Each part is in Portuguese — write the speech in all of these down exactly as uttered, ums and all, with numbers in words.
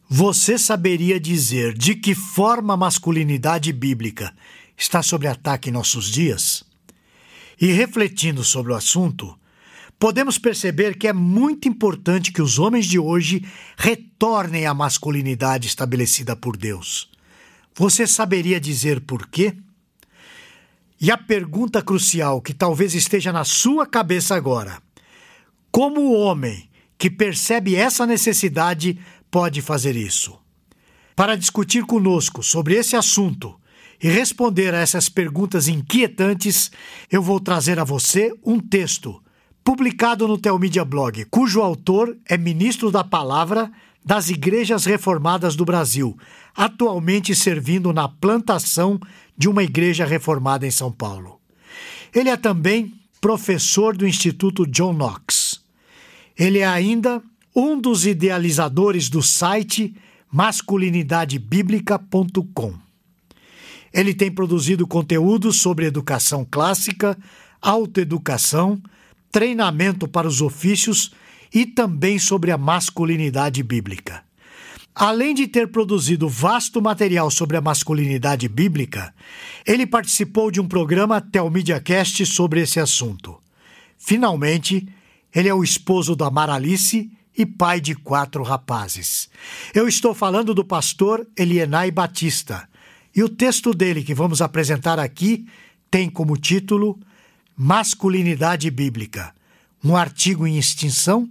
Você saberia dizer de que forma a masculinidade bíblica está sob ataque em nossos dias? E refletindo sobre o assunto, podemos perceber que é muito importante que os homens de hoje retornem à masculinidade estabelecida por Deus. Você saberia dizer por quê? E a pergunta crucial que talvez esteja na sua cabeça agora: como o homem que percebe essa necessidade pode fazer isso? Para discutir conosco sobre esse assunto e responder a essas perguntas inquietantes, eu vou trazer a você um texto publicado no Telmídia Blog, cujo autor é ministro da Palavra das Igrejas Reformadas do Brasil, atualmente servindo na plantação de uma igreja reformada em São Paulo. Ele é também professor do Instituto John Knox. Ele é ainda um dos idealizadores do site masculinidade bíblica ponto com. Ele tem produzido conteúdos sobre educação clássica, autoeducação, treinamento para os ofícios e também sobre a masculinidade bíblica. Além de ter produzido vasto material sobre a masculinidade bíblica, ele participou de um programa Telmídia Cast sobre esse assunto. Finalmente, ele é o esposo da Maralice e pai de quatro rapazes. Eu estou falando do pastor Elienay Batista, e o texto dele que vamos apresentar aqui tem como título Masculinidade Bíblica, um artigo em extinção?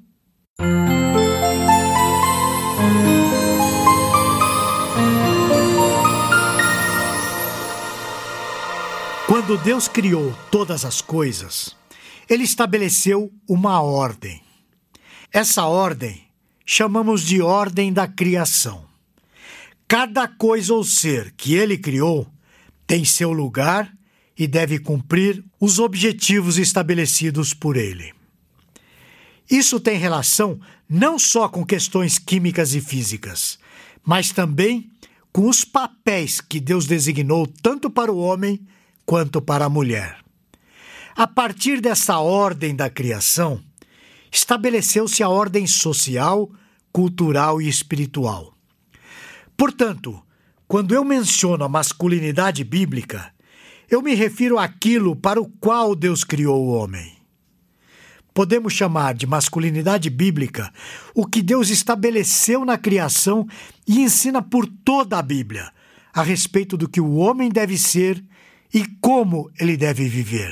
Quando Deus criou todas as coisas, Ele estabeleceu uma ordem. Essa ordem chamamos de ordem da criação. Cada coisa ou ser que Ele criou tem seu lugar e deve cumprir os objetivos estabelecidos por Ele. Isso tem relação não só com questões químicas e físicas, mas também com os papéis que Deus designou tanto para o homem quanto para a mulher. A partir dessa ordem da criação, estabeleceu-se a ordem social, cultural e espiritual. Portanto, quando eu menciono a masculinidade bíblica, eu me refiro àquilo para o qual Deus criou o homem. Podemos chamar de masculinidade bíblica o que Deus estabeleceu na criação e ensina por toda a Bíblia a respeito do que o homem deve ser e como ele deve viver.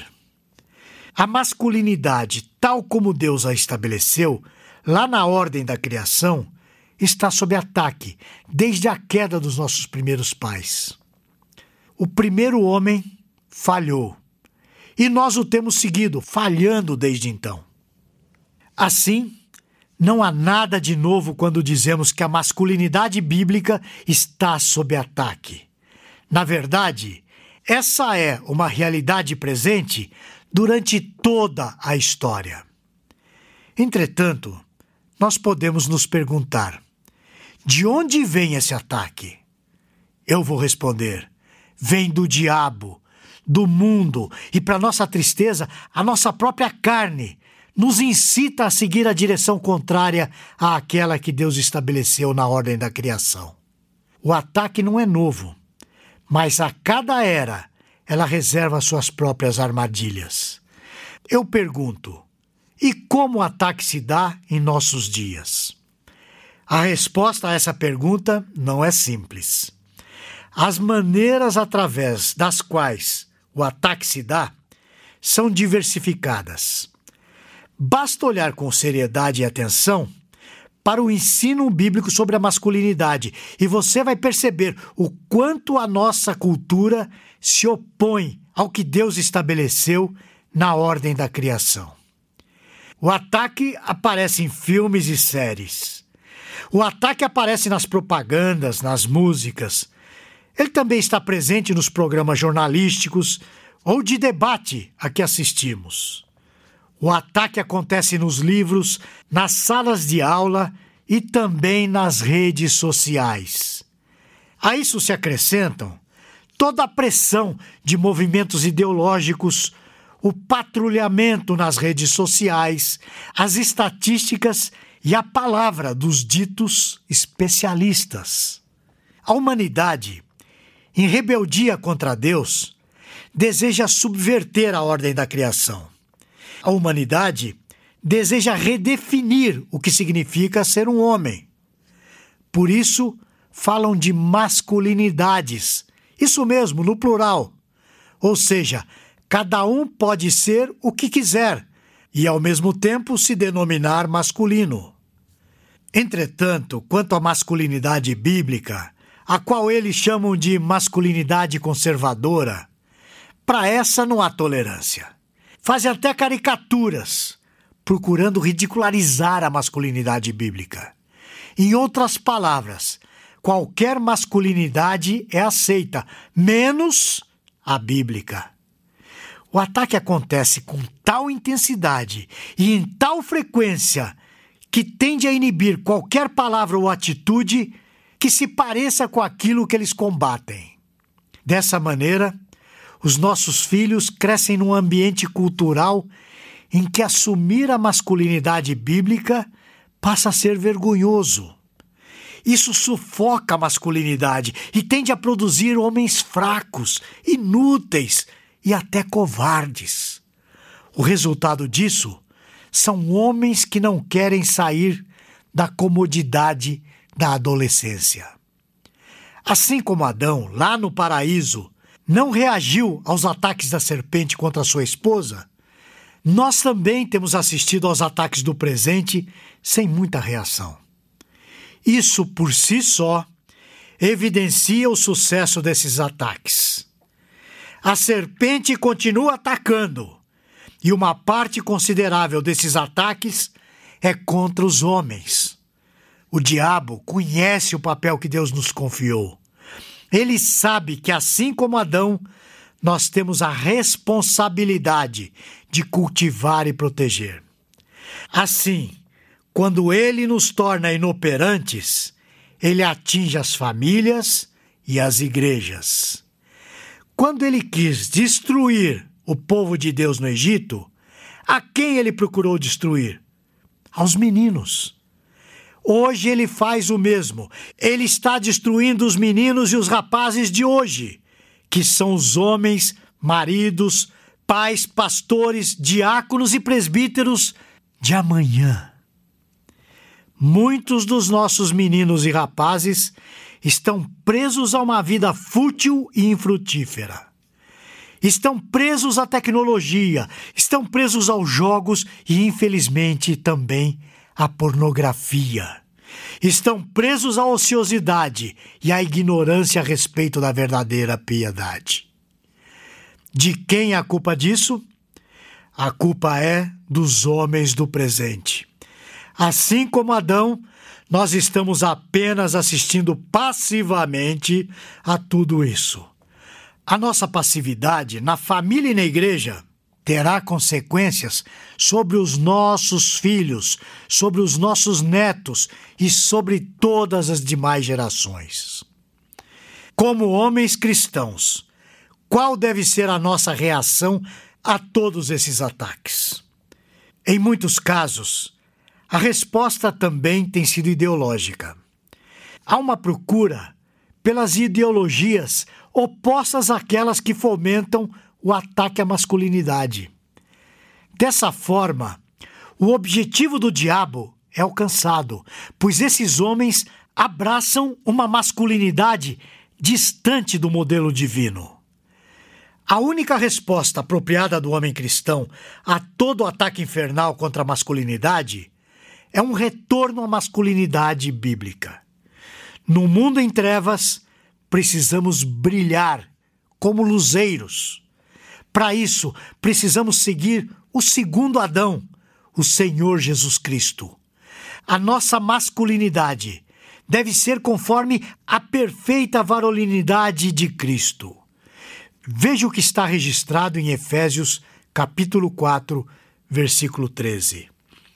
A masculinidade, tal como Deus a estabeleceu, lá na ordem da criação, está sob ataque desde a queda dos nossos primeiros pais. O primeiro homem falhou, e nós o temos seguido, falhando desde então. Assim, não há nada de novo quando dizemos que a masculinidade bíblica está sob ataque. Na verdade, essa é uma realidade presente durante toda a história. Entretanto, nós podemos nos perguntar: de onde vem esse ataque? Eu vou responder: vem do diabo, do mundo, e para nossa tristeza, a nossa própria carne nos incita a seguir a direção contrária àquela que Deus estabeleceu na ordem da criação. O ataque não é novo, mas a cada era ela reserva suas próprias armadilhas. Eu pergunto: e como o ataque se dá em nossos dias? A resposta a essa pergunta não é simples. As maneiras através das quais o ataque se dá são diversificadas. Basta olhar com seriedade e atenção para o ensino bíblico sobre a masculinidade e você vai perceber o quanto a nossa cultura se opõe ao que Deus estabeleceu na ordem da criação. O ataque aparece em filmes e séries. O ataque aparece nas propagandas, nas músicas. Ele também está presente nos programas jornalísticos ou de debate a que assistimos. O ataque acontece nos livros, nas salas de aula e também nas redes sociais. A isso se acrescentam toda a pressão de movimentos ideológicos, o patrulhamento nas redes sociais, as estatísticas e a palavra dos ditos especialistas. A humanidade, em rebeldia contra Deus, deseja subverter a ordem da criação. A humanidade deseja redefinir o que significa ser um homem. Por isso, falam de masculinidades. Isso mesmo, no plural. Ou seja, cada um pode ser o que quiser e, ao mesmo tempo, se denominar masculino. Entretanto, quanto à masculinidade bíblica, a qual eles chamam de masculinidade conservadora, para essa não há tolerância. Fazem até caricaturas, procurando ridicularizar a masculinidade bíblica. Em outras palavras, qualquer masculinidade é aceita, menos a bíblica. O ataque acontece com tal intensidade e em tal frequência que tende a inibir qualquer palavra ou atitude que se pareça com aquilo que eles combatem. Dessa maneira, os nossos filhos crescem num ambiente cultural em que assumir a masculinidade bíblica passa a ser vergonhoso. Isso sufoca a masculinidade e tende a produzir homens fracos, inúteis e até covardes. O resultado disso são homens que não querem sair da comodidade da adolescência. Assim como Adão, lá no paraíso, não reagiu aos ataques da serpente contra sua esposa, nós também temos assistido aos ataques do presente sem muita reação. Isso, por si só, evidencia o sucesso desses ataques. A serpente continua atacando, e uma parte considerável desses ataques é contra os homens. O diabo conhece o papel que Deus nos confiou. Ele sabe que, assim como Adão, nós temos a responsabilidade de cultivar e proteger. Assim, quando ele nos torna inoperantes, ele atinge as famílias e as igrejas. Quando ele quis destruir o povo de Deus no Egito, a quem ele procurou destruir? Aos meninos. Hoje ele faz o mesmo. Ele está destruindo os meninos e os rapazes de hoje, que são os homens, maridos, pais, pastores, diáconos e presbíteros de amanhã. Muitos dos nossos meninos e rapazes estão presos a uma vida fútil e infrutífera. Estão presos à tecnologia, estão presos aos jogos e, infelizmente, também à pornografia. Estão presos à ociosidade e à ignorância a respeito da verdadeira piedade. De quem é a culpa disso? A culpa é dos homens do presente. Assim como Adão, nós estamos apenas assistindo passivamente a tudo isso. A nossa passividade na família e na igreja terá consequências sobre os nossos filhos, sobre os nossos netos e sobre todas as demais gerações. Como homens cristãos, qual deve ser a nossa reação a todos esses ataques? Em muitos casos, a resposta também tem sido ideológica. Há uma procura pelas ideologias opostas àquelas que fomentam o ataque à masculinidade. Dessa forma, o objetivo do diabo é alcançado, pois esses homens abraçam uma masculinidade distante do modelo divino. A única resposta apropriada do homem cristão a todo ataque infernal contra a masculinidade é um retorno à masculinidade bíblica. No mundo em trevas, precisamos brilhar como luzeiros. Para isso, precisamos seguir o segundo Adão, o Senhor Jesus Cristo. A nossa masculinidade deve ser conforme a perfeita varolinidade de Cristo. Veja o que está registrado em Efésios, capítulo quatro, versículo treze.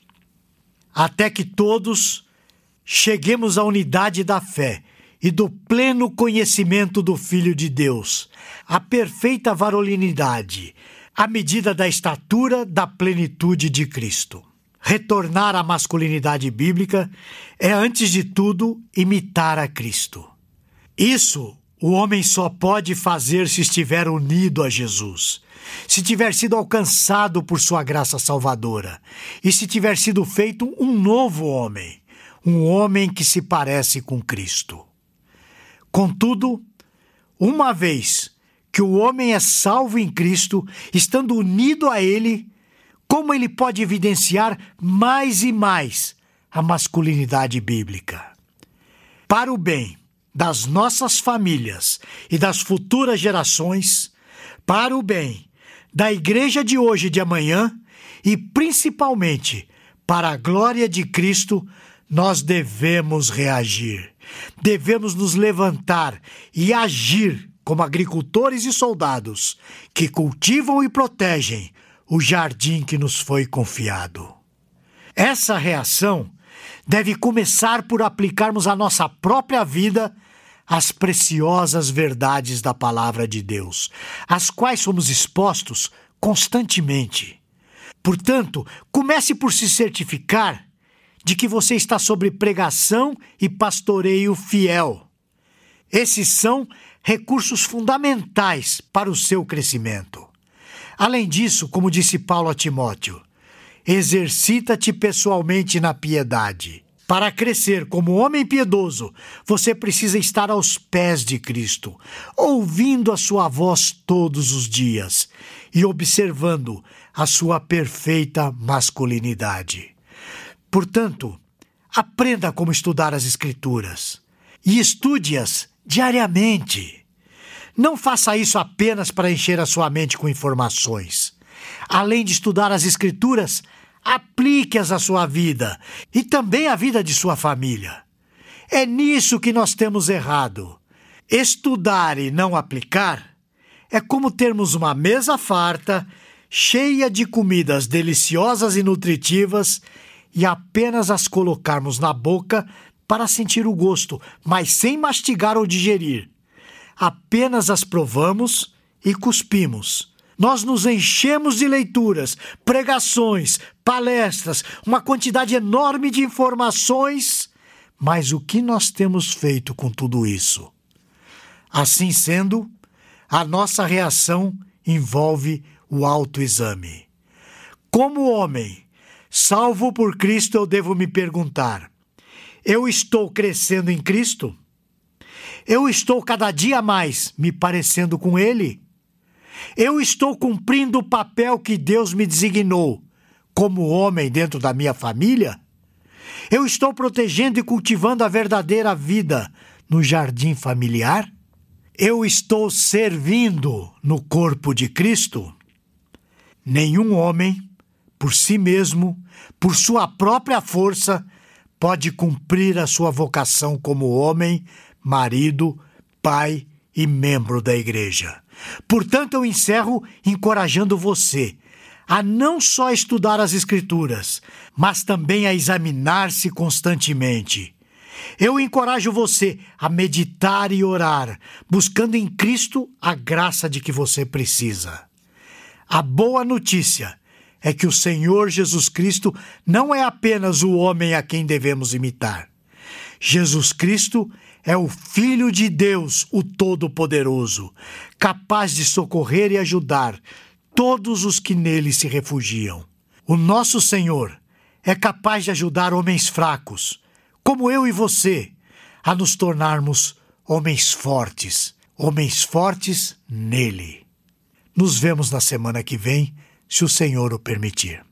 Até que todos cheguemos à unidade da fé e do pleno conhecimento do Filho de Deus, à perfeita varolinidade, à medida da estatura da plenitude de Cristo. retornar à masculinidade bíblica é, antes de tudo, imitar a Cristo. Isso o homem só pode fazer se estiver unido a Jesus, se tiver sido alcançado por sua graça salvadora e se tiver sido feito um novo homem, um homem que se parece com Cristo. Contudo, uma vez que o homem é salvo em Cristo, estando unido a Ele, como ele pode evidenciar mais e mais a masculinidade bíblica? Para o bem das nossas famílias e das futuras gerações, para o bem da igreja de hoje e de amanhã e principalmente para a glória de Cristo, nós devemos reagir, devemos nos levantar e agir como agricultores e soldados que cultivam e protegem o jardim que nos foi confiado. Essa reação deve começar por aplicarmos à nossa própria vida as preciosas verdades da palavra de Deus, às quais somos expostos constantemente. Portanto, comece por se certificar de que você está sob pregação e pastoreio fiel. Esses são recursos fundamentais para o seu crescimento. Além disso, como disse Paulo a Timóteo, exercita-te pessoalmente na piedade. Para crescer como homem piedoso, você precisa estar aos pés de Cristo, ouvindo a sua voz todos os dias e observando a sua perfeita masculinidade. Portanto, aprenda como estudar as Escrituras e estude-as diariamente. Não faça isso apenas para encher a sua mente com informações. Além de estudar as Escrituras, aplique-as à sua vida e também à vida de sua família. É nisso que nós temos errado. Estudar e não aplicar é como termos uma mesa farta, cheia de comidas deliciosas e nutritivas e apenas as colocarmos na boca para sentir o gosto, mas sem mastigar ou digerir. Apenas as provamos e cuspimos. Nós nos enchemos de leituras, pregações, palestras, uma quantidade enorme de informações, mas o que nós temos feito com tudo isso? Assim sendo, a nossa reação envolve o autoexame. Como homem, salvo por Cristo, eu devo me perguntar: eu estou crescendo em Cristo? Eu estou cada dia mais me parecendo com Ele? Eu estou cumprindo o papel que Deus me designou como homem dentro da minha família? Eu estou protegendo e cultivando a verdadeira vida no jardim familiar? Eu estou servindo no corpo de Cristo? Nenhum homem, por si mesmo, por sua própria força, pode cumprir a sua vocação como homem, marido, pai e membro da igreja. Portanto, eu encerro encorajando você a não só estudar as Escrituras, mas também a examinar-se constantemente. Eu encorajo você a meditar e orar, buscando em Cristo a graça de que você precisa. A boa notícia é que o Senhor Jesus Cristo não é apenas o homem a quem devemos imitar. Jesus Cristo é o Filho de Deus, o Todo-Poderoso, capaz de socorrer e ajudar todos os que nele se refugiam. O nosso Senhor é capaz de ajudar homens fracos, como eu e você, a nos tornarmos homens fortes, homens fortes nele. Nos vemos na semana que vem, se o Senhor o permitir.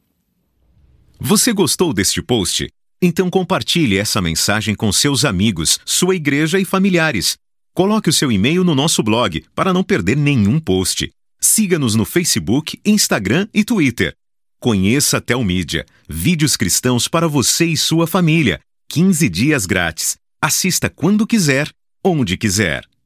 Você gostou deste post? Então compartilhe essa mensagem com seus amigos, sua igreja e familiares. Coloque o seu e-mail no nosso blog para não perder nenhum post. Siga-nos no Facebook, Instagram e Twitter. Conheça a Telmídia, vídeos cristãos para você e sua família. quinze dias grátis. Assista quando quiser, onde quiser.